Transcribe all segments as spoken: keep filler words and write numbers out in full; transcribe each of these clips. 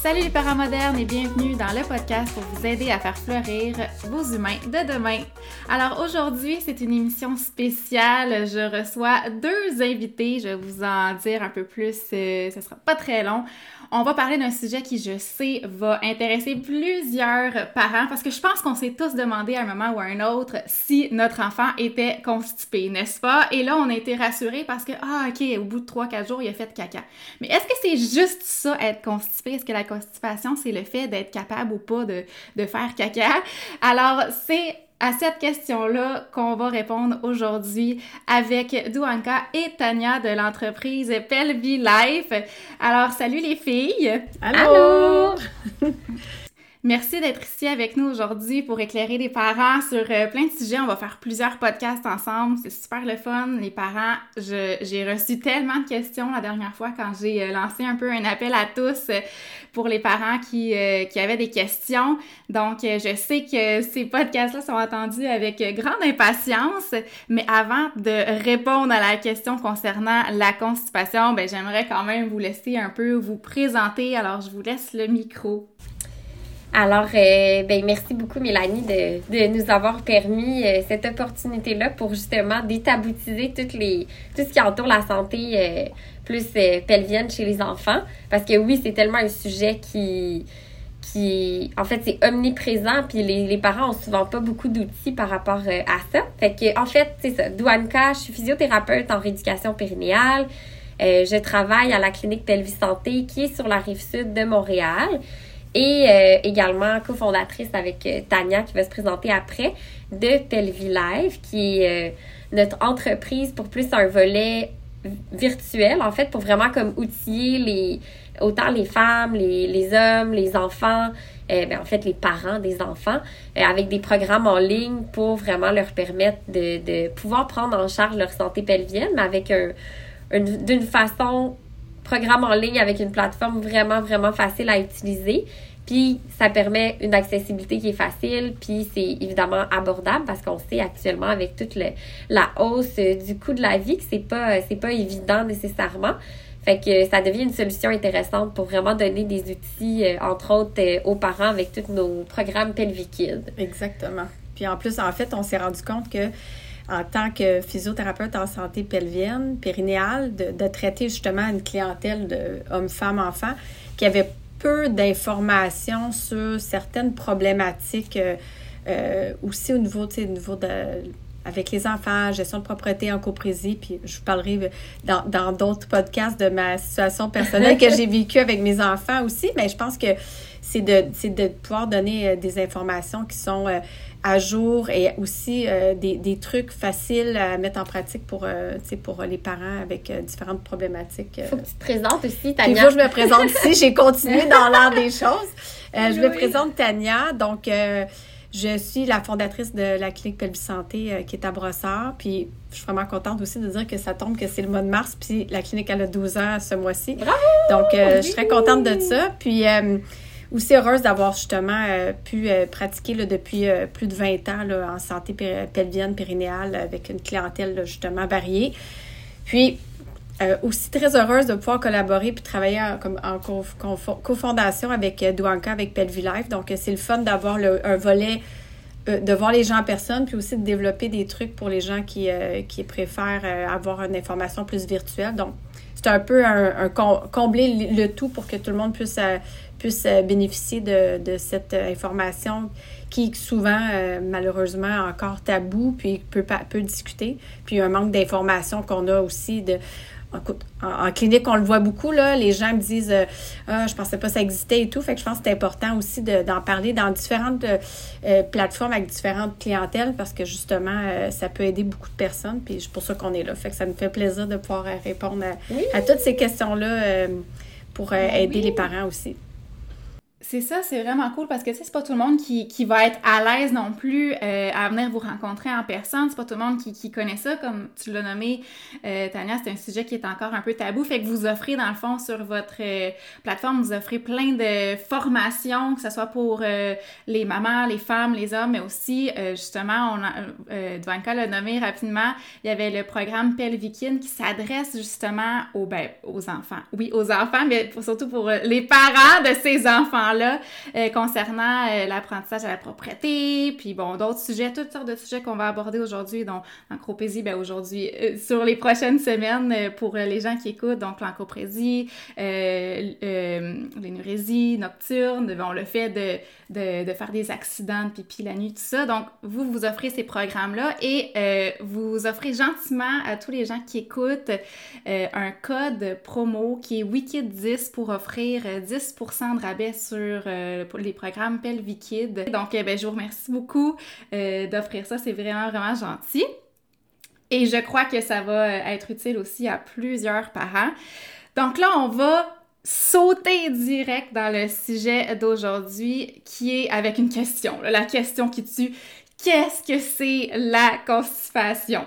Salut les parents modernes et bienvenue dans le podcast pour vous aider à faire fleurir vos humains de demain. Alors aujourd'hui, c'est une émission spéciale. Je reçois deux invités. Je vais vous en dire un peu plus. Euh, ce sera pas très long. On va parler d'un sujet qui, je sais, va intéresser plusieurs parents parce que je pense qu'on s'est tous demandé à un moment ou à un autre si notre enfant était constipé, n'est-ce pas? Et là, on a été rassurés parce que, ah, OK, au bout de trois quatre jours, il a fait caca. Mais est-ce que c'est juste ça, être constipé? Est-ce que la constipation, c'est le fait d'être capable ou pas de, de faire caca? Alors, c'est à cette question-là qu'on va répondre aujourd'hui avec Douanka et Tania de l'entreprise Pelvi Life. Alors, salut les filles! Allô! Allô! Merci d'être ici avec nous aujourd'hui pour éclairer les parents sur euh, plein de sujets. On va faire plusieurs podcasts ensemble. C'est super le fun. Les parents, je, j'ai reçu tellement de questions la dernière fois quand j'ai euh, lancé un peu un appel à tous euh, pour les parents qui, euh, qui avaient des questions. Donc, euh, je sais que ces podcasts-là sont attendus avec euh, grande impatience. Mais avant de répondre à la question concernant la constipation, ben j'aimerais quand même vous laisser un peu vous présenter. Alors, je vous laisse le micro. Alors, euh, ben merci beaucoup, Mélanie, de, de nous avoir permis euh, cette opportunité-là pour justement détaboutiser toutes les, tout ce qui entoure la santé euh, plus euh, pelvienne chez les enfants. Parce que oui, c'est tellement un sujet qui, qui en fait, c'est omniprésent, puis les, les parents ont souvent pas beaucoup d'outils par rapport euh, à ça. Fait que, en fait, c'est ça, Douanka, je suis physiothérapeute en rééducation périnéale. Euh, je travaille à la clinique Pelvi Santé qui est sur la rive sud de Montréal. Et euh, également cofondatrice avec euh, Tania, qui va se présenter après, de Pelvi Life, qui est euh, notre entreprise pour plus un volet virtuel, en fait, pour vraiment comme outiller les, autant les femmes, les, les hommes, les enfants, euh, ben, en fait, les parents des enfants, euh, avec des programmes en ligne pour vraiment leur permettre de, de pouvoir prendre en charge leur santé pelvienne, mais avec un, une, d'une façon... programme en ligne avec une plateforme vraiment, vraiment facile à utiliser. Puis, ça permet une accessibilité qui est facile. Puis, c'est évidemment abordable parce qu'on sait actuellement avec toute le, la hausse du coût de la vie que c'est pas, c'est pas évident nécessairement. Fait que ça devient une solution intéressante pour vraiment donner des outils, euh, entre autres, euh, aux parents avec tous nos programmes Pelvikids. Exactement. Puis en plus, en fait, on s'est rendu compte que en tant que physiothérapeute en santé pelvienne, périnéale, de, de traiter justement une clientèle de hommes, femmes, enfants qui avait peu d'informations sur certaines problématiques euh, euh, aussi au niveau, tu sais, au niveau de avec les enfants, gestion de propreté en coprésie, puis je vous parlerai dans, dans d'autres podcasts de ma situation personnelle que j'ai vécue avec mes enfants aussi, mais je pense que c'est de, c'est de pouvoir donner euh, des informations qui sont euh, à jour et aussi euh, des, des trucs faciles à mettre en pratique pour, euh, pour les parents avec euh, différentes problématiques. Il faut que tu te présentes aussi, Tania. Il faut que je me présente ici. J'ai continué dans l'art des choses. Euh, je me présente Tania, donc euh, je suis la fondatrice de la clinique Pelvi Santé euh, qui est à Brossard. Puis je suis vraiment contente aussi de dire que ça tombe que c'est le mois de mars, puis la clinique elle a douze ans ce mois-ci. Bravo! Donc euh, je suis très contente de ça. Puis euh, aussi heureuse d'avoir justement euh, pu euh, pratiquer là, depuis euh, plus de vingt ans là, en santé pé- pelvienne, périnéale, avec une clientèle là, justement variée. Puis, euh, aussi très heureuse de pouvoir collaborer puis travailler en, comme, en co- co- cofondation avec euh, Douanka, avec Pelvi Life. Donc, euh, c'est le fun d'avoir le, un volet, euh, de voir les gens en personne, puis aussi de développer des trucs pour les gens qui, euh, qui préfèrent euh, avoir une information plus virtuelle. Donc, c'est un peu un, un com- combler le, le tout pour que tout le monde puisse... Euh, puisse bénéficier de, de cette information qui est souvent, euh, malheureusement, encore tabou, puis peut, peut discuter. Puis un manque d'information qu'on a aussi. De, en, en clinique, on le voit beaucoup, là, les gens me disent euh, « Ah, je pensais pas que ça existait et tout ». Fait que je pense que c'est important aussi de, d'en parler dans différentes euh, plateformes avec différentes clientèles parce que justement, euh, ça peut aider beaucoup de personnes. Puis c'est pour ça qu'on est là. Fait que ça me fait plaisir de pouvoir euh, répondre à, oui. à toutes ces questions-là euh, pour euh, aider oui. les parents aussi. C'est ça, c'est vraiment cool parce que, tu sais, c'est pas tout le monde qui, qui va être à l'aise non plus euh, à venir vous rencontrer en personne. C'est pas tout le monde qui, qui connaît ça. Comme tu l'as nommé, euh, Tania, c'est un sujet qui est encore un peu tabou. Fait que vous offrez, dans le fond, sur votre euh, plateforme, vous offrez plein de formations, que ce soit pour euh, les mamans, les femmes, les hommes, mais aussi, euh, justement, on a, euh, Dvanka l'a nommé rapidement, il y avait le programme Pelvikin qui s'adresse justement aux, ben, aux enfants. Oui, aux enfants, mais pour, surtout pour euh, les parents de ces enfants là euh, concernant euh, l'apprentissage à la propreté, puis bon, d'autres sujets, toutes sortes de sujets qu'on va aborder aujourd'hui, donc l'encroprésie, ben aujourd'hui, euh, sur les prochaines semaines, euh, pour euh, les gens qui écoutent, donc l'encroprésie, euh, euh, l'énurésie nocturne, bon, le fait de, de, de faire des accidents de pipi la nuit, tout ça, donc vous, vous offrez ces programmes-là et euh, vous offrez gentiment à tous les gens qui écoutent euh, un code promo qui est Wikid dix pour offrir dix pour cent de rabais sur euh, les programmes Pelvikid. Donc, euh, ben, je vous remercie beaucoup euh, d'offrir ça. C'est vraiment, vraiment gentil. Et je crois que ça va être utile aussi à plusieurs parents. Donc là, on va sauter direct dans le sujet d'aujourd'hui qui est avec une question. La question qui tue. Qu'est-ce que c'est la constipation?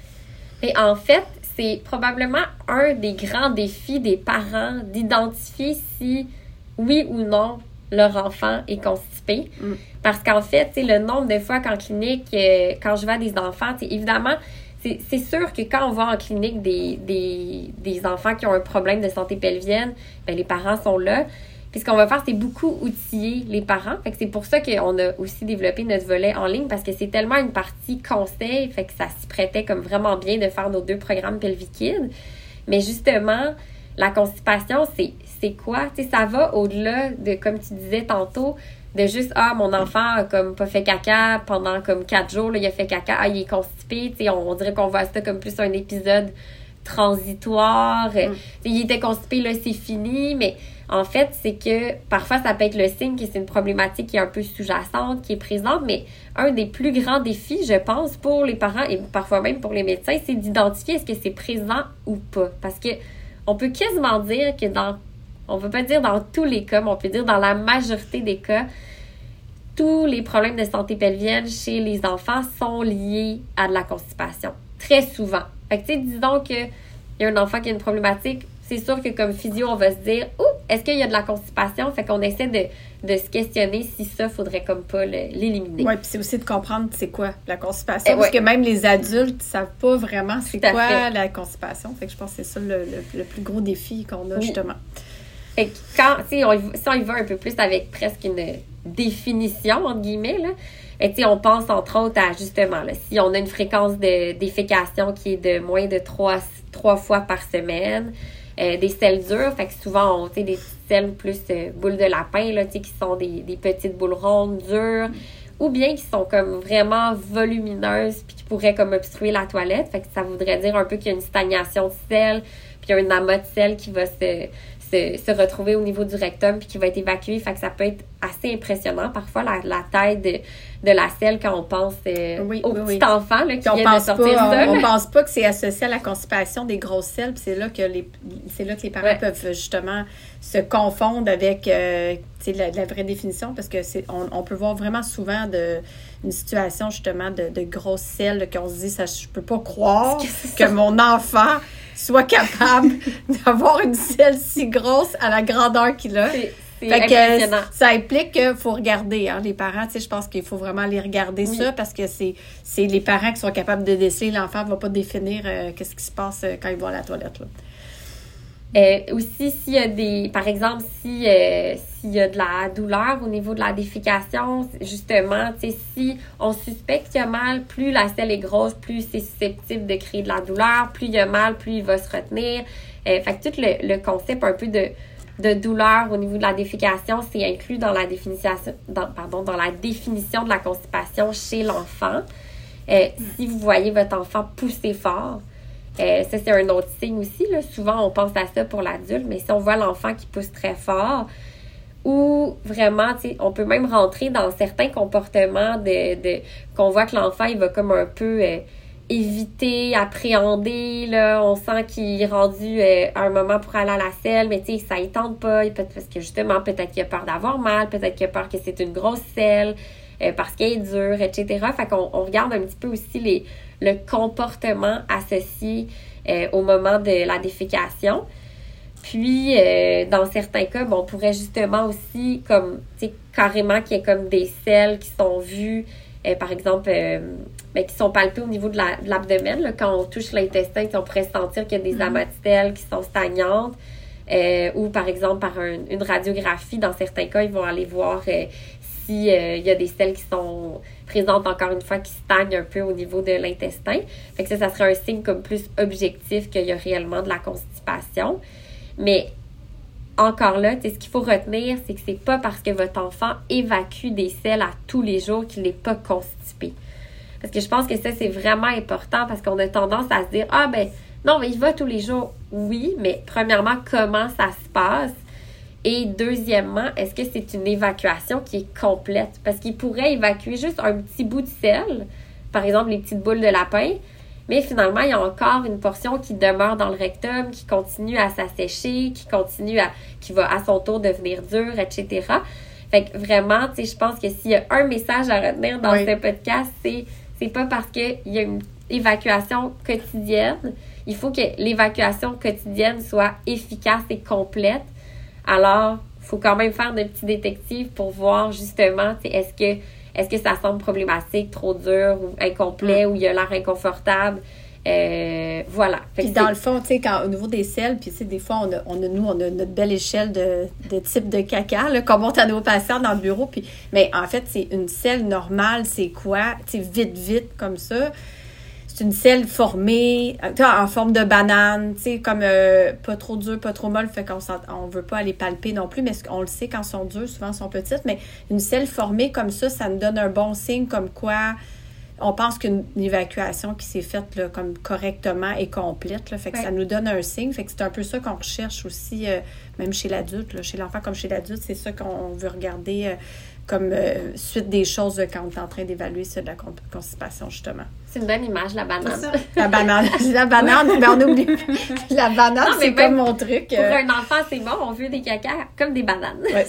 Et en fait, c'est probablement un des grands défis des parents d'identifier si, oui ou non, leur enfant est constipé. Mm. Parce qu'en fait, tu sais, le nombre de fois qu'en clinique, euh, quand je vois des enfants, tu sais, évidemment, c'est, c'est sûr que quand on voit en clinique des, des, des enfants qui ont un problème de santé pelvienne, ben les parents sont là. Puis ce qu'on va faire, c'est beaucoup outiller les parents. Fait que c'est pour ça qu'on a aussi développé notre volet en ligne, parce que c'est tellement une partie conseil, fait que ça s'y prêtait comme vraiment bien de faire nos deux programmes Pelvikid. Mais justement, la constipation, c'est, c'est quoi? Tu sais, ça va au-delà de, comme tu disais tantôt, de juste, ah, mon enfant a comme pas fait caca pendant comme quatre jours, là, il a fait caca, ah, il est constipé. Tu sais, on, on dirait qu'on voit ça comme plus un épisode transitoire. Mm. Il était constipé, là, c'est fini, mais en fait, c'est que parfois, ça peut être le signe que c'est une problématique qui est un peu sous-jacente, qui est présente, mais un des plus grands défis, je pense, pour les parents et parfois même pour les médecins, c'est d'identifier est-ce que c'est présent ou pas. Parce que on peut quasiment dire que dans, on peut pas dire dans tous les cas, mais on peut dire dans la majorité des cas, tous les problèmes de santé pelvienne chez les enfants sont liés à de la constipation. Très souvent. Fait que, tu sais, disons qu'il y a un enfant qui a une problématique, c'est sûr que comme physio, on va se dire « Ouh, est-ce qu'il y a de la constipation? » Fait qu'on essaie de, de se questionner si ça, faudrait comme pas le, l'éliminer. Oui, puis c'est aussi de comprendre c'est quoi la constipation. Eh, parce ouais. que même les adultes ne savent pas vraiment c'est Tout à quoi fait. La constipation. Fait que je pense que c'est ça le, le, le plus gros défi qu'on a, oui. justement. Fait que quand, tu sais, on, si on y va un peu plus avec presque une définition, entre guillemets, là, et tu sais, on pense entre autres à, justement, là, si on a une fréquence de défécation qui est de moins de trois, trois fois par semaine, euh, des selles dures, fait que souvent, on, tu sais, des petites selles plus euh, boules de lapin, là, tu sais, qui sont des, des petites boules rondes, dures, ou bien qui sont comme vraiment volumineuses puis qui pourraient comme obstruer la toilette, fait que ça voudrait dire un peu qu'il y a une stagnation de selles, puis il y a un amas de selles qui va se... Se, se retrouver au niveau du rectum puis qui va être évacué. Fait que ça peut être assez impressionnant parfois la, la taille de, de la selle quand on pense euh, oui, au oui, petit oui. enfant là, qui on vient pense de sortir pas, seul. On, on pense pas que c'est associé à la constipation des grosses selles, puis c'est là que les c'est là que les parents ouais. peuvent justement se confondre avec euh, la, la vraie définition, parce que c'est on, on peut voir vraiment souvent de une situation justement de, de grosses selles qu'on se dit ça, je peux pas croire que, que mon enfant soit capable d'avoir une selle si grosse à la grandeur qu'il a. C'est, c'est fait impressionnant. Que, ça implique qu'il faut regarder, hein, les parents. Tu sais, je pense qu'il faut vraiment aller regarder oui. ça, parce que c'est, c'est les parents qui sont capables de déceler. L'enfant ne va pas définir euh, qu'est-ce qui se passe euh, quand il va à la toilette, là. Euh, aussi, s'il y a des... Par exemple, si, euh, s'il y a de la douleur au niveau de la défécation, justement, tu sais, si on suspecte qu'il y a mal, plus la selle est grosse, plus c'est susceptible de créer de la douleur, plus il y a mal, plus il va se retenir. Euh, fait que tout le, le concept un peu de, de douleur au niveau de la défécation, c'est inclus dans la définition, dans, pardon, dans la définition de la constipation chez l'enfant. Euh, si vous voyez votre enfant pousser fort, Euh, ça, c'est un autre signe aussi, là. Souvent, on pense à ça pour l'adulte, mais si on voit l'enfant qui pousse très fort, ou vraiment, tu sais, on peut même rentrer dans certains comportements de, de qu'on voit que l'enfant, il va comme un peu... Euh, éviter, appréhender, là, on sent qu'il est rendu euh, à un moment pour aller à la selle, mais tu sais, ça ne tente pas, parce que justement, peut-être qu'il a peur d'avoir mal, peut-être qu'il a peur que c'est une grosse selle, euh, parce qu'elle est dure, et cetera. Fait qu'on on regarde un petit peu aussi les, le comportement associé euh, au moment de la défécation. Puis, euh, dans certains cas, bon, on pourrait justement aussi, comme, tu sais, carrément qu'il y ait comme des selles qui sont vues, euh, par exemple, euh, ben, qui sont palpées au niveau de, la, de l'abdomen. Là, quand on touche l'intestin, on pourrait sentir qu'il y a des amatelles qui sont stagnantes. Euh, ou, par exemple, par un, une radiographie, dans certains cas, ils vont aller voir euh, s'il euh, y a des selles qui sont présentes, encore une fois, qui stagnent un peu au niveau de l'intestin. Fait que ça, ça serait un signe comme plus objectif qu'il y a réellement de la constipation. Mais encore là, ce qu'il faut retenir, c'est que c'est pas parce que votre enfant évacue des selles à tous les jours qu'il n'est pas constipé. Parce que je pense que ça, c'est vraiment important parce qu'on a tendance à se dire « Ah, ben non, mais il va tous les jours. » Oui, mais premièrement, comment ça se passe? Et deuxièmement, est-ce que c'est une évacuation qui est complète? Parce qu'il pourrait évacuer juste un petit bout de sel, par exemple les petites boules de lapin, mais finalement, il y a encore une portion qui demeure dans le rectum, qui continue à s'assécher, qui continue à, qui va à son tour devenir dure, et cetera. Fait que vraiment, tu sais, je pense que s'il y a un message à retenir dans oui. ce podcast, c'est, c'est pas parce qu'il y a une évacuation quotidienne. Il faut que l'évacuation quotidienne soit efficace et complète. Alors, il faut quand même faire de petits détectives pour voir justement, tu sais, est-ce que Est-ce que ça semble problématique, trop dur ou incomplet, mm. ou il a l'air inconfortable? Euh, voilà. Fait puis dans c'est... le fond, tu sais, quand au niveau des selles, puis tu sais, des fois, on a, on a, nous, on a notre belle échelle de, de type de caca, là, qu'on monte à nos patients dans le bureau. Puis, mais en fait, c'est une selle normale, c'est quoi? Tu sais, vite, vite, comme ça. C'est une selle formée, en forme de banane, tu sais, comme euh, pas trop dur, pas trop molle, fait qu'on on veut pas aller palper non plus, mais on le sait quand elles sont dures, souvent elles sont petites, mais une selle formée comme ça, ça nous donne un bon signe comme quoi on pense qu'une évacuation qui s'est faite là, comme correctement et complète, là, fait que ouais. ça nous donne un signe, fait que c'est un peu ça qu'on recherche aussi, euh, même chez l'adulte, là, chez l'enfant comme chez l'adulte, c'est ça qu'on veut regarder euh, comme euh, suite des choses là, quand on est en train d'évaluer ça de la constipation, justement. C'est une bonne image, la banane. La banane. La banane, mais on oublie. La banane, non, c'est comme mon truc. Pour un enfant, c'est bon, on veut des cacas comme des bananes. Ouais.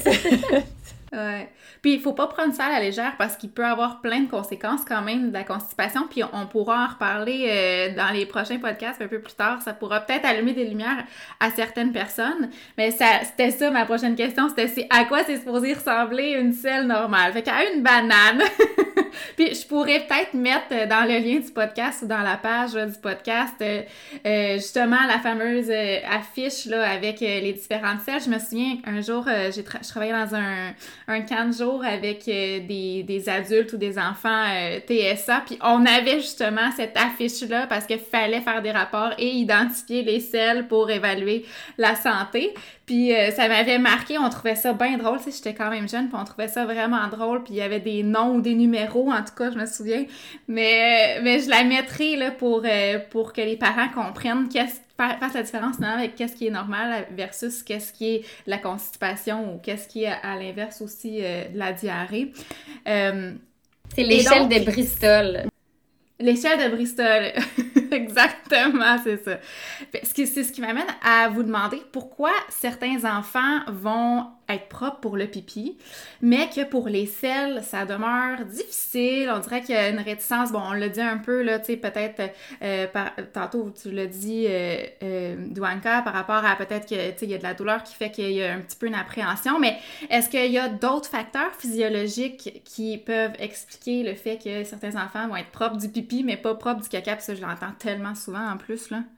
Ouais. Puis il faut pas prendre ça à la légère parce qu'il peut avoir plein de conséquences quand même de la constipation. Puis on pourra en reparler euh, dans les prochains podcasts un peu plus tard. Ça pourra peut-être allumer des lumières à certaines personnes. Mais ça, c'était ça ma prochaine question. C'était c'est à quoi c'est supposé ressembler une selle normale. Fait qu'à une banane. Puis je pourrais peut-être mettre dans le lien du podcast ou dans la page là, du podcast euh, euh, justement la fameuse euh, affiche là, avec euh, les différentes selles. Je me souviens un jour, euh, j'ai tra- je travaillais dans un, un camp de jour avec euh, des, des adultes ou des enfants euh, T S A, puis on avait justement cette affiche-là parce qu'il fallait faire des rapports et identifier les selles pour évaluer la santé. Puis euh, ça m'avait marqué, on trouvait ça bien drôle, tu sais, j'étais quand même jeune, puis on trouvait ça vraiment drôle, puis il y avait des noms ou des numéros, en tout cas, je me souviens, mais, mais je la mettrai là, pour, euh, pour que les parents comprennent qu'est-ce fasse la différence non, avec qu'est-ce qui est normal versus qu'est-ce qui est la constipation ou qu'est-ce qui est à l'inverse aussi euh, de la diarrhée. Euh, C'est l'échelle donc, de Bristol. L'échelle de Bristol, exactement, c'est ça. C'est ce qui m'amène à vous demander pourquoi certains enfants vont être propres pour le pipi, mais que pour les selles, ça demeure difficile. On dirait qu'il y a une réticence. Bon, on l'a dit un peu, là, tu sais, peut-être, euh, par, tantôt, tu l'as dit, euh, euh, Douanka, par rapport à peut-être que, tu sais, il y a de la douleur qui fait qu'il y a un petit peu une appréhension, mais est-ce qu'il y a d'autres facteurs physiologiques qui peuvent expliquer le fait que certains enfants vont être propres du pipi, mais pas propres du caca? Puis ça, je l'entends tellement souvent en plus, là.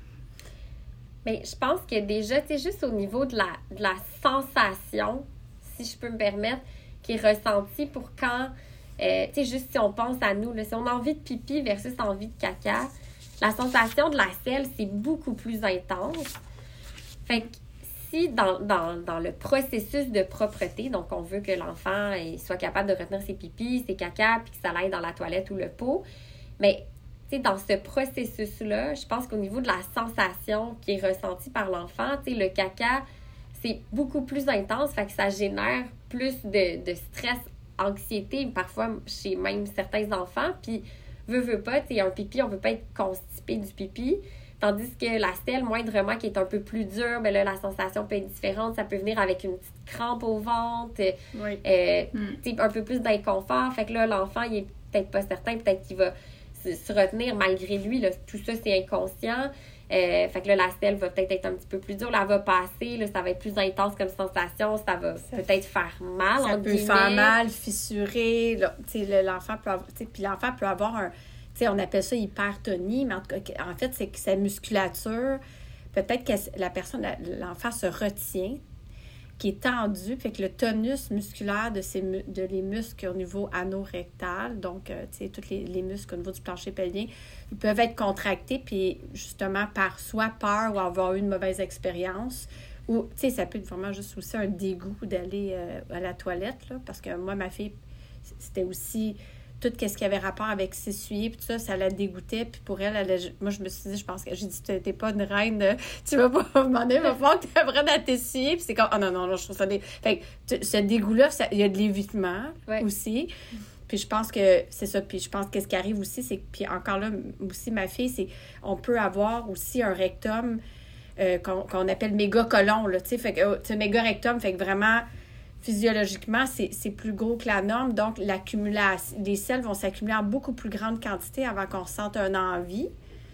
Bien, je pense que déjà, tu sais, juste au niveau de la, de la sensation, si je peux me permettre, qui est ressentie pour quand, euh, tu sais, juste si on pense à nous, là, si on a envie de pipi versus envie de caca, la sensation de la selle, c'est beaucoup plus intense. Fait que si dans, dans, dans le processus de propreté, donc on veut que l'enfant soit capable de retenir ses pipis, ses caca, puis que ça aille dans la toilette ou le pot, mais dans ce processus-là, je pense qu'au niveau de la sensation qui est ressentie par l'enfant, le caca, c'est beaucoup plus intense, fait que ça génère plus de, de stress, anxiété, parfois chez même certains enfants. Puis veut, veut pas, tu sais, un pipi, on peut pas être constipé du pipi. Tandis que la selle, moindrement, qui est un peu plus dure, ben là, la sensation peut être différente. Ça peut venir avec une petite crampe au ventre, oui. euh, mm. un peu plus d'inconfort. Fait que là, l'enfant, il est peut-être pas certain, peut-être qu'il va se, se retenir malgré lui. Là. Tout ça, c'est inconscient. Euh, fait que là, la selle va peut-être être un petit peu plus dure. Là, elle va passer, là, ça va être plus intense comme sensation. Ça va ça peut-être faire mal. Ça peut guillemets. faire mal, fissurer. Là, l'enfant peut avoir, puis l'enfant peut avoir un... T'sais, on appelle ça hypertonie, mais en, tout cas, en fait, c'est que sa musculature, peut-être que la personne, l'enfant se retient, qui est tendu, fait que le tonus musculaire de, ses, de les muscles au niveau anorectal, donc, euh, tu sais, tous les, les muscles au niveau du plancher pelvien, ils peuvent être contractés, puis justement, par soit peur ou avoir eu une mauvaise expérience, ou, tu sais, ça peut être vraiment juste aussi un dégoût d'aller euh, à la toilette, là, parce que moi, ma fille, c'était aussi... tout ce qui avait rapport avec s'essuyer, puis tout ça, ça la dégoûtait. Puis pour elle, elle a, moi, je me suis dit, je pense que j'ai dit, t'es pas une reine, tu vas pas demander, il va falloir que tu apprennes à t'essuyer. Puis c'est comme, oh non, non, non, je trouve ça... Dé... Fait que ce dégoût-là, ça, il y a de l'évitement ouais. aussi. Puis je pense que c'est ça. Puis je pense que ce qui arrive aussi, c'est que, puis encore là, aussi, ma fille, c'est on peut avoir aussi un rectum euh, qu'on, qu'on appelle méga-colon, là, tu sais. Fait que, ce méga-rectum, fait que vraiment... Physiologiquement, c'est, c'est plus gros que la norme. Donc, l'accumulation, les selles vont s'accumuler en beaucoup plus grande quantité avant qu'on sente un envie.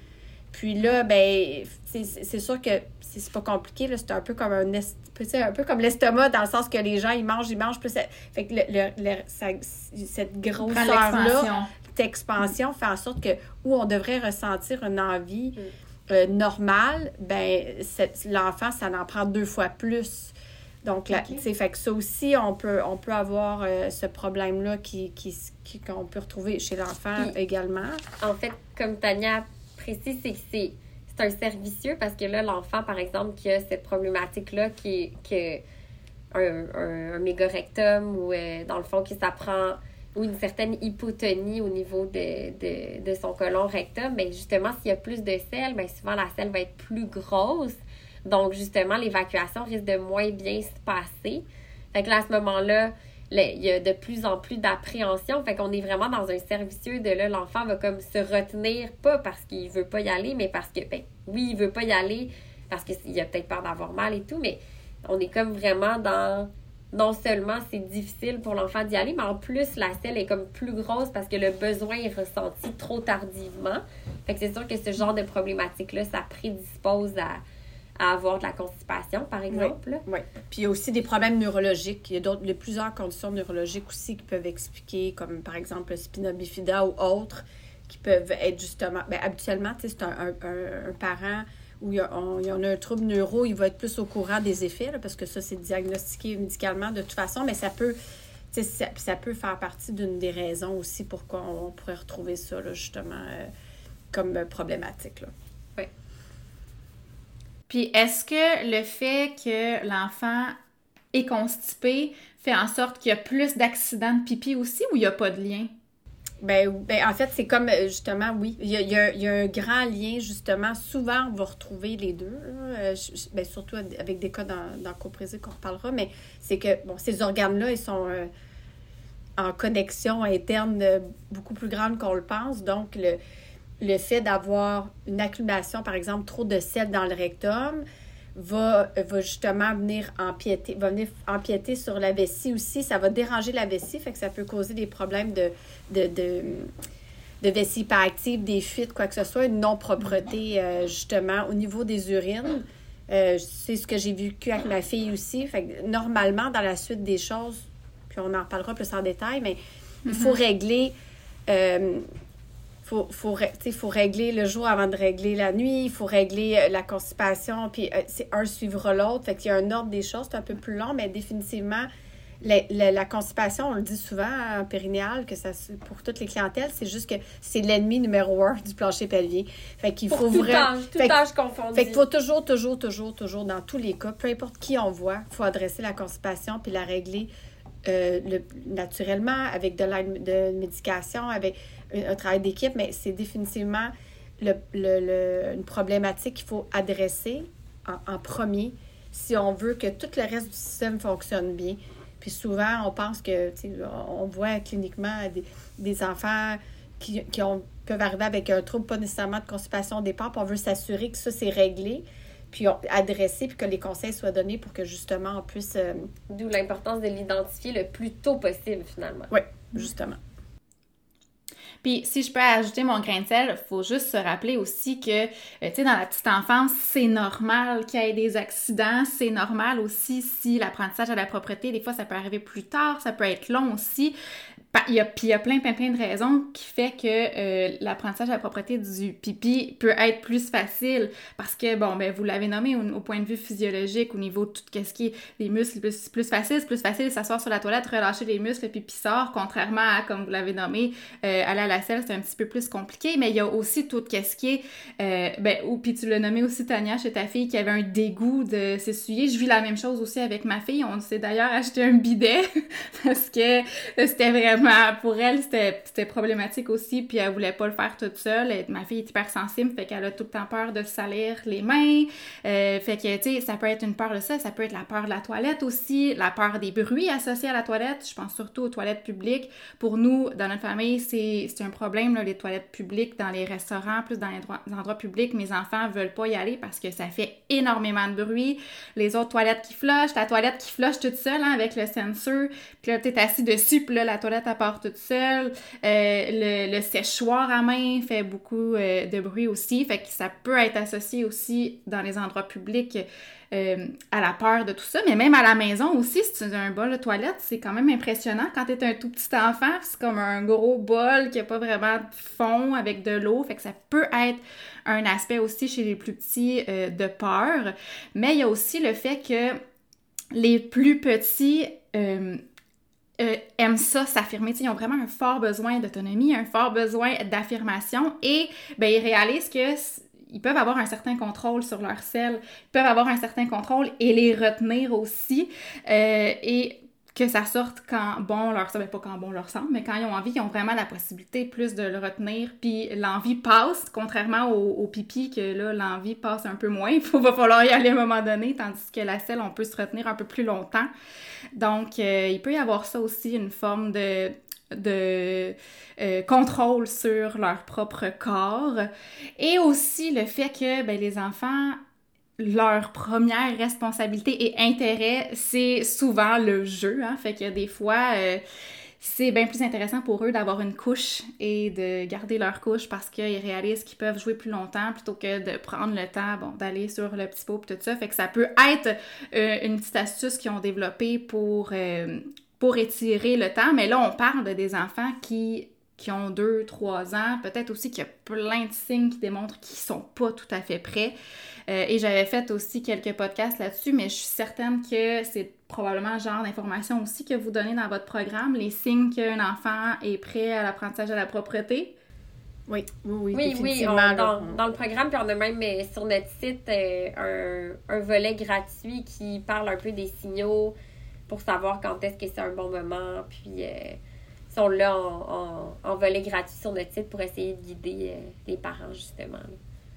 Puis là, ben c'est, c'est sûr que c'est, c'est pas compliqué. Là, c'est un peu comme un, est, un peu comme l'estomac, dans le sens que les gens, ils mangent, ils mangent. Plus ça, fait que le, le, le, ça, cette grosseur-là, cette expansion fait en sorte que où on devrait ressentir une envie mm. euh, normale, ben cette, l'enfant, ça en prend deux fois plus. Donc, là, okay. tu sais, fait que ça aussi, on peut, on peut avoir euh, ce problème-là qui, qui, qui, qu'on peut retrouver chez l'enfant Puis, également. En fait, comme Tania précise, c'est que c'est, c'est un cercle vicieux parce que là, l'enfant, par exemple, qui a cette problématique-là, qui est un, un, un méga-rectum ou, euh, dans le fond, qui s'apprend ou une certaine hypotonie au niveau de, de, de son côlon rectum, bien, justement, s'il y a plus de selles, bien, souvent, la selle va être plus grosse. Donc, justement, l'évacuation risque de moins bien se passer. Fait que là, à ce moment-là, il y a de plus en plus d'appréhension. Fait qu'on est vraiment dans un cercle vicieux de là, l'enfant va comme se retenir, pas parce qu'il veut pas y aller, mais parce que, ben, oui, il veut pas y aller, parce qu'il a peut-être peur d'avoir mal et tout, mais on est comme vraiment dans... Non seulement c'est difficile pour l'enfant d'y aller, mais en plus, la selle est comme plus grosse parce que le besoin est ressenti trop tardivement. Fait que c'est sûr que ce genre de problématique-là, ça prédispose à... à avoir de la constipation, par exemple. Oui, oui. Puis il y a aussi des problèmes neurologiques. Il y a, d'autres, il y a plusieurs conditions neurologiques aussi qui peuvent expliquer, comme par exemple le spina bifida ou autres, qui peuvent être justement... Bien, habituellement, tu sais, c'est un, un, un, un parent où il y, a, on, il y en a un trouble neuro, il va être plus au courant des effets, là, parce que ça, c'est diagnostiqué médicalement de toute façon, mais ça peut... Tu sais, ça, ça peut faire partie d'une des raisons aussi pourquoi on, on pourrait retrouver ça, là, justement, euh, comme euh, problématique, là. Oui. Puis, est-ce que le fait que l'enfant est constipé fait en sorte qu'il y a plus d'accidents de pipi aussi ou il n'y a pas de lien? Ben, ben en fait, c'est comme, justement, oui, il y a, il y a, il y a un grand lien, justement. Souvent, on va retrouver les deux, là, ben, surtout avec des cas dans, dans coprésie qu'on reparlera, mais c'est que, bon, ces organes-là, ils sont euh, en connexion interne euh, beaucoup plus grande qu'on le pense. Donc, le, le fait d'avoir une accumulation, par exemple, trop de sel dans le rectum, va, va justement venir empiéter, va venir empiéter sur la vessie aussi. Ça va déranger la vessie, fait que ça peut causer des problèmes de, de, de, de vessie hyperactive, des fuites, quoi que ce soit, une non-propreté, euh, justement, au niveau des urines. Euh, c'est ce que j'ai vécu avec ma fille aussi. Fait que normalement, dans la suite des choses, puis on en reparlera plus en détail, mais il faut régler... Euh, Faut, faut, faut régler le jour avant de régler la nuit, il faut régler euh, la constipation, puis euh, c'est un suivra l'autre. Fait qu'il y a un ordre des choses, c'est un peu plus long, mais définitivement, la, la, la constipation, on le dit souvent en périnéale, que ça, pour toutes les clientèles, c'est juste que c'est l'ennemi numéro un du plancher pelvien. Fait qu'il pour faut tout vraiment. Âge, tout âge confondu. Fait qu'il faut toujours, toujours, toujours, toujours, dans tous les cas, peu importe qui on voit, il faut adresser la constipation puis la régler euh, le, naturellement, avec de l'aide de médication, avec un travail d'équipe, mais c'est définitivement le, le, le, une problématique qu'il faut adresser en, en premier si on veut que tout le reste du système fonctionne bien. Puis souvent, on pense que, tu sais, on voit cliniquement des, des enfants qui, qui ont, peuvent arriver avec un trouble, pas nécessairement de constipation au départ, puis on veut s'assurer que ça, c'est réglé, puis on, adressé, puis que les conseils soient donnés pour que, justement, on puisse... Euh... D'où l'importance de l'identifier le plus tôt possible, finalement. Oui, justement. Puis, si je peux ajouter mon grain de sel, il faut juste se rappeler aussi que, euh, tu sais, dans la petite enfance, c'est normal qu'il y ait des accidents. C'est normal aussi si l'apprentissage à la propreté, des fois, ça peut arriver plus tard, ça peut être long aussi. Il y a, puis il y a plein, plein, plein de raisons qui fait que euh, l'apprentissage à la propreté du pipi peut être plus facile parce que, bon, ben vous l'avez nommé au, au point de vue physiologique, au niveau de tout ce qui est des muscles, plus, plus facile, c'est plus facile de s'asseoir sur la toilette, relâcher les muscles, le pipi sort, contrairement à, comme vous l'avez nommé, euh, aller à la selle, c'est un petit peu plus compliqué, mais il y a aussi tout ce qui est, euh, ben, ou puis tu l'as nommé aussi, Tania, chez ta fille, qui avait un dégoût de s'essuyer. Je vis la même chose aussi avec ma fille. On s'est d'ailleurs acheté un bidet parce que c'était vraiment pour elle, c'était, c'était problématique aussi, puis elle voulait pas le faire toute seule. Et ma fille est hypersensible, fait qu'elle a tout le temps peur de se salir les mains. Euh, fait que, tu sais, ça peut être une peur de ça, ça peut être la peur de la toilette aussi, la peur des bruits associés à la toilette. Je pense surtout aux toilettes publiques. Pour nous, dans notre famille, c'est, c'est un problème, là, les toilettes publiques dans les restaurants, plus dans les, droits, les endroits publics. Mes enfants veulent pas y aller parce que ça fait énormément de bruit. Les autres toilettes qui flushent, la toilette qui flush toute seule, hein, avec le sensor, puis là, t'es assis dessus, puis là, la toilette, elle part toute seule. Euh, le, le séchoir à main fait beaucoup euh, de bruit aussi, fait que ça peut être associé aussi dans les endroits publics euh, à la peur de tout ça, mais même à la maison aussi, si tu as un bol de toilette, c'est quand même impressionnant quand t'es un tout petit enfant, c'est comme un gros bol qui a pas vraiment de fond avec de l'eau, fait que ça peut être un aspect aussi chez les plus petits euh, de peur, mais il y a aussi le fait que les plus petits euh, Euh, aiment ça, s'affirmer. T'sais, ils ont vraiment un fort besoin d'autonomie, un fort besoin d'affirmation et ben, ils réalisent que ils peuvent avoir un certain contrôle sur leur selle, ils peuvent avoir un certain contrôle et les retenir aussi. Euh, et que ça sorte quand bon leur semble, pas quand bon leur semble, mais quand ils ont envie, ils ont vraiment la possibilité plus de le retenir, puis l'envie passe, contrairement au, au pipi, que là, l'envie passe un peu moins, il va falloir y aller à un moment donné, tandis que la selle, on peut se retenir un peu plus longtemps. Donc, euh, il peut y avoir ça aussi, une forme de... de euh, contrôle sur leur propre corps. Et aussi le fait que ben, les enfants, leur première responsabilité et intérêt, c'est souvent le jeu. Hein? Fait qu'il y a des fois, euh, c'est bien plus intéressant pour eux d'avoir une couche et de garder leur couche parce qu'ils réalisent qu'ils peuvent jouer plus longtemps plutôt que de prendre le temps bon, d'aller sur le petit pot et tout ça. Fait que ça peut être euh, une petite astuce qu'ils ont développée pour... Euh, pour étirer le temps, mais là, on parle de des enfants qui, qui ont deux, trois ans, peut-être aussi qu'il y a plein de signes qui démontrent qu'ils sont pas tout à fait prêts. Euh, et j'avais fait aussi quelques podcasts là-dessus, mais je suis certaine que c'est probablement le genre d'information aussi que vous donnez dans votre programme, les signes qu'un enfant est prêt à l'apprentissage à la propreté. Oui, oui, oui. Oui, oui, on, dans, dans le programme, puis on a même euh, sur notre site euh, un, un volet gratuit qui parle un peu des signaux pour savoir quand est-ce que c'est un bon moment. Puis, euh, ils sont là en, en, en volet gratuit sur notre site pour essayer de guider euh, les parents, justement. Là.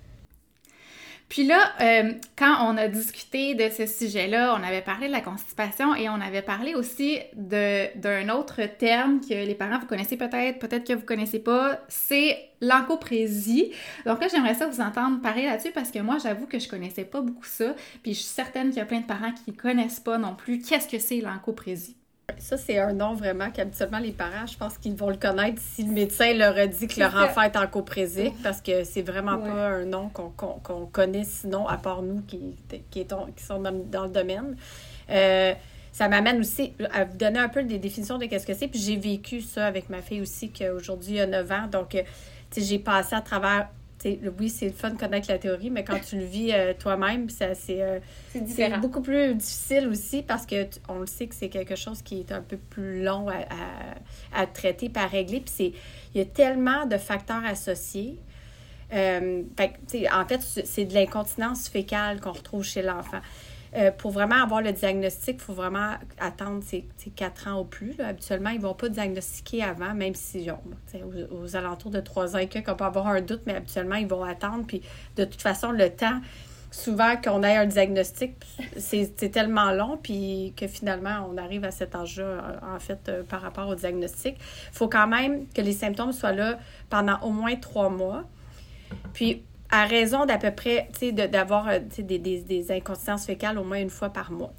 Puis là, euh, quand on a discuté de ce sujet-là, on avait parlé de la constipation et on avait parlé aussi de, d'un autre terme que les parents, vous connaissez peut-être, peut-être que vous connaissez pas, c'est l'encoprésie. Donc là, j'aimerais ça vous entendre parler là-dessus parce que moi, j'avoue que je connaissais pas beaucoup ça, puis je suis certaine qu'il y a plein de parents qui ne connaissent pas non plus. Qu'est-ce que c'est l'encoprésie? Ça, c'est un nom vraiment qu'habituellement, les parents, je pense qu'ils vont le connaître si le médecin leur a dit que leur enfant est encoprésique, parce que c'est vraiment ouais. pas un nom qu'on, qu'on, qu'on connaît sinon, à part nous qui, qui, est, qui sont dans, dans le domaine. Euh, ça m'amène aussi à vous donner un peu des définitions de qu'est-ce que c'est, puis j'ai vécu ça avec ma fille aussi, qu'aujourd'hui, il y a neuf ans, donc, tu sais, j'ai passé à travers... T'sais, oui, c'est le fun de connaître la théorie, mais quand tu le vis euh, toi-même, ça, c'est, euh, c'est, c'est beaucoup plus difficile aussi parce que tu, on le sait que c'est quelque chose qui est un peu plus long à, à, à traiter, à régler. Puis c'est, il y a tellement de facteurs associés. Euh, fait, en fait, c'est de l'incontinence fécale qu'on retrouve chez l'enfant. Euh, pour vraiment avoir le diagnostic, il faut vraiment attendre ces, ces quatre ans au plus. Là. Habituellement, ils ne vont pas diagnostiquer avant, même si aux, aux alentours de trois ans et quelques, on peut avoir un doute, mais habituellement, ils vont attendre. Puis de toute façon, le temps souvent qu'on ait un diagnostic, c'est, c'est tellement long, puis que finalement, on arrive à cet âge-là, en fait, euh, par rapport au diagnostic. Il faut quand même que les symptômes soient là pendant au moins trois mois. Puis, à raison d'à peu près, tu sais, de, d'avoir euh, des, des, des incontinences fécales au moins une fois par mois.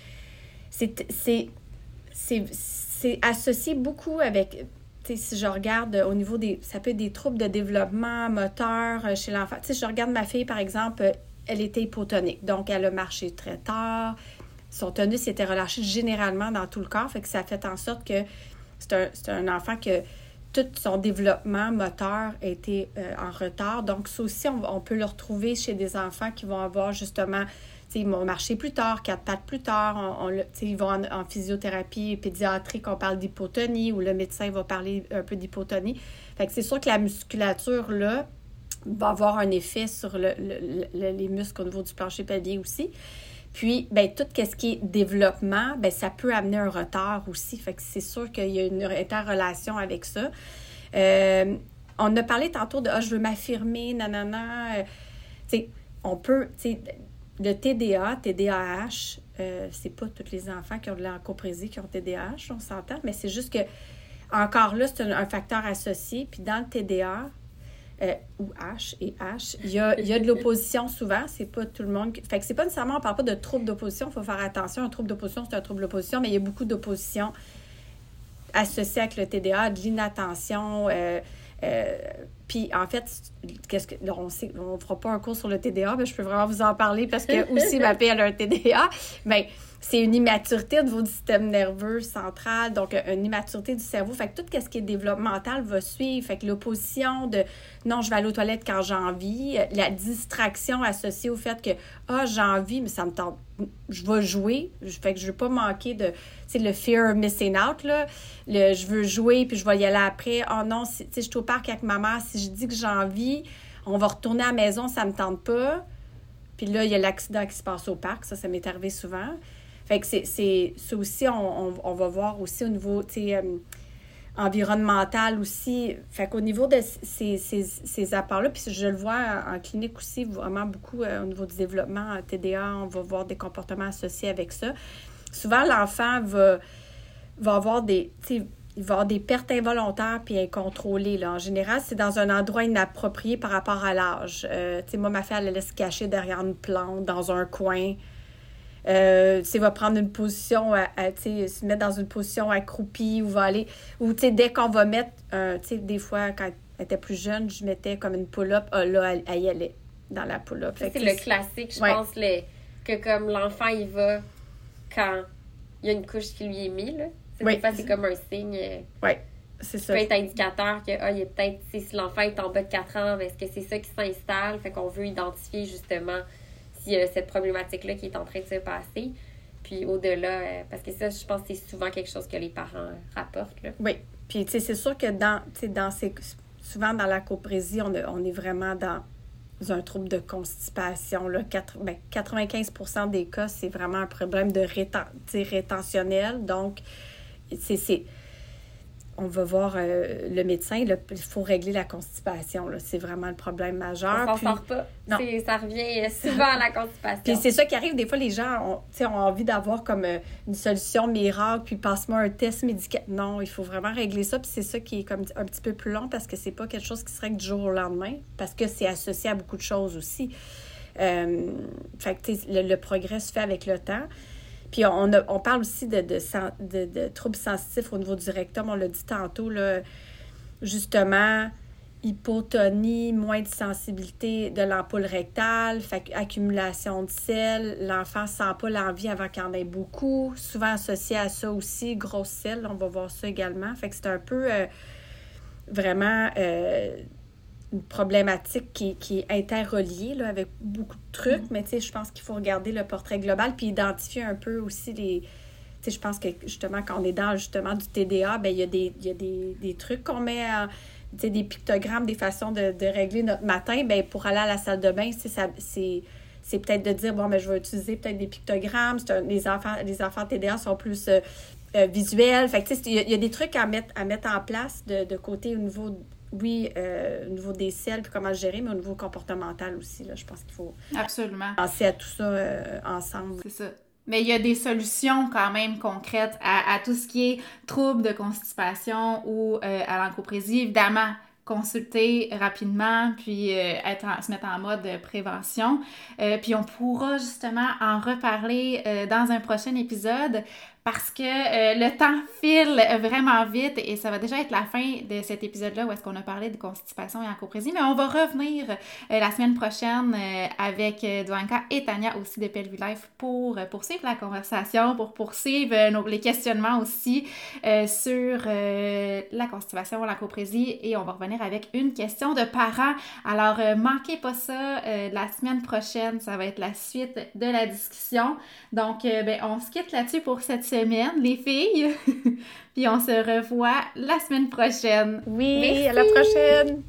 C'est, c'est, c'est, c'est associé beaucoup avec... Tu sais, si je regarde au niveau des... Ça peut être des troubles de développement moteur chez l'enfant. Tu sais, je regarde ma fille, par exemple, elle était hypotonique. Donc, elle a marché très tard. Son tonus était relâché généralement dans tout le corps. Fait que ça a fait en sorte que c'est un, c'est un enfant que tout son développement moteur a été euh, en retard. Donc, ça aussi, on, on peut le retrouver chez des enfants qui vont avoir justement... Ils vont marcher plus tard, quatre pattes plus tard. On, on, ils vont en, en physiothérapie pédiatrique, on parle d'hypotonie, ou le médecin va parler un peu d'hypotonie. Fait que c'est sûr que la musculature, là, va avoir un effet sur le, le, le, les muscles au niveau du plancher pelvien aussi. Puis, bien, tout ce qui est développement, bien, ça peut amener un retard aussi. Fait que c'est sûr qu'il y a une interrelation avec ça. Euh, on a parlé tantôt de « Ah, je veux m'affirmer, nanana. Euh, » Tu sais, on peut... Le T D A, T D A H, euh, c'est pas tous les enfants qui ont de l'encoprésie qui ont T D A H, on s'entend, mais c'est juste que, encore là, c'est un, un facteur associé. Puis dans le T D A, euh, ou H et H, il y a, il y a de l'opposition souvent, c'est pas tout le monde... Qui... Fait que c'est pas nécessairement, on parle pas de trouble d'opposition, il faut faire attention, un trouble d'opposition, c'est un trouble d'opposition, mais il y a beaucoup d'opposition associée avec le T D A, de l'inattention... Euh, Euh, puis, en fait, qu'est-ce que là, on sait, on ne fera pas un cours sur le T D A, mais je peux vraiment vous en parler parce que aussi ma fille, elle a un T D A. Bien, c'est une immaturité au niveau du système nerveux central, donc une immaturité du cerveau. Fait que tout ce qui est développemental va suivre. Fait que l'opposition de « non, je vais aller aux toilettes quand j'ai envie », la distraction associée au fait que « ah, j'ai envie, mais ça me tente, je vais jouer », fait que je ne veux pas manquer de... Tu sais, le « fear of missing out », là, le « je veux jouer, puis je vais y aller après », « oh non, tu sais, je suis au parc avec ma mère, si je dis que j'ai envie, on va retourner à la maison, ça me tente pas », puis là, il y a l'accident qui se passe au parc, ça, ça m'est arrivé souvent. Fait que c'est, c'est ça aussi, on, on, on va voir aussi au niveau, tu sais, euh, environnemental aussi. Fait qu'au niveau de ces, ces, ces apports-là, puis je le vois en, en clinique aussi, vraiment beaucoup euh, au niveau du développement T D A, on va voir des comportements associés avec ça. Souvent, l'enfant va, va avoir des, tu sais, il va avoir des pertes involontaires puis incontrôlées. Là. En général, c'est dans un endroit inapproprié par rapport à l'âge. Euh, tu sais, moi, ma fille, elle laisse se cacher derrière une plante, dans un coin. Euh, tu sais, va prendre une position, à, à, tu sais, se mettre dans une position accroupie ou va aller... Ou, tu sais, dès qu'on va mettre... Euh, tu sais, des fois, quand elle était plus jeune, je mettais comme une pull-up. Ah, là, elle, elle y allait dans la pull-up. Ça, c'est le classique, je ouais. pense, le, que comme l'enfant, il va quand il y a une couche qui lui est mise, là. Oui. Des fois, c'est comme un signe. Oui, c'est ça. Ça peut être indicateur que, ah, il y a peut-être, si l'enfant est en bas de quatre ans, est-ce que c'est ça qui s'installe? Fait qu'on veut identifier, justement, s'il y a cette problématique-là qui est en train de se passer. Puis au-delà, parce que ça, je pense que c'est souvent quelque chose que les parents rapportent, là. Oui. Puis, tu sais, c'est sûr que dans, tu sais, dans ces... Souvent, dans la coprésie, on, a, on est vraiment dans un trouble de constipation, là. quatre, ben, quatre-vingt-quinze pour cent des cas, c'est vraiment un problème de réten, rétentionnel. Donc, c'est, c'est, on va voir euh, le médecin, il faut régler la constipation. Là, c'est vraiment le problème majeur. On s'en sort pas. Non. C'est, ça revient souvent à la constipation. Puis c'est ça qui arrive. Des fois, les gens ont, ont envie d'avoir comme euh, une solution miracle, puis passe-moi un test médical. Non, il faut vraiment régler ça. Puis c'est ça qui est comme un petit peu plus long parce que c'est pas quelque chose qui se règle du jour au lendemain, parce que c'est associé à beaucoup de choses aussi. Euh, fait que le, le progrès se fait avec le temps. Puis on, a, on parle aussi de, de, de, de troubles sensitifs au niveau du rectum. On l'a dit tantôt, là, justement, hypotonie, moins de sensibilité de l'ampoule rectale, fait accumulation de sel. L'enfant ne sent pas l'envie avant qu'il en ait beaucoup. Souvent associé à ça aussi, grosse sel, on va voir ça également. Fait que c'est un peu euh, vraiment... Euh, une problématique qui, qui est interreliée là, avec beaucoup de trucs, mm-hmm. mais tu sais, je pense qu'il faut regarder le portrait global puis identifier un peu aussi les... Tu sais, je pense que justement, quand on est dans justement du T D A, bien, il y a des, il y a des, des trucs qu'on met, en, tu sais, des pictogrammes, des façons de, de régler notre matin, bien, pour aller à la salle de bain, c'est, ça, c'est, c'est peut-être de dire, bon, mais je vais utiliser peut-être des pictogrammes. C'est un, les enfants les enfants T D A sont plus... Euh, euh, visuel. Fait que, tu sais, il y, y a des trucs à mettre, à mettre en place de, de côté au niveau, oui, euh, au niveau des selles, puis comment le gérer, mais au niveau comportemental aussi, là. Je pense qu'il faut Absolument. penser à tout ça euh, ensemble. C'est ça. Mais il y a des solutions quand même concrètes à, à tout ce qui est troubles de constipation ou euh, à l'encoprésie. Évidemment, consulter rapidement, puis euh, être en, se mettre en mode prévention. Euh, puis on pourra justement en reparler euh, dans un prochain épisode parce que euh, le temps file vraiment vite et ça va déjà être la fin de cet épisode-là où est-ce qu'on a parlé de constipation et encoprésie, mais on va revenir euh, la semaine prochaine euh, avec euh, Douanka et Tania aussi de Pelvilife pour euh, poursuivre la conversation, pour poursuivre euh, nos, les questionnements aussi euh, sur euh, la constipation, l'encoprésie et on va revenir avec une question de parents. Alors, euh, manquez pas ça, euh, la semaine prochaine, ça va être la suite de la discussion. Donc, euh, ben, on se quitte là-dessus pour cette semaine, les filles. Puis on se revoit la semaine prochaine. Oui, Merci. à la prochaine!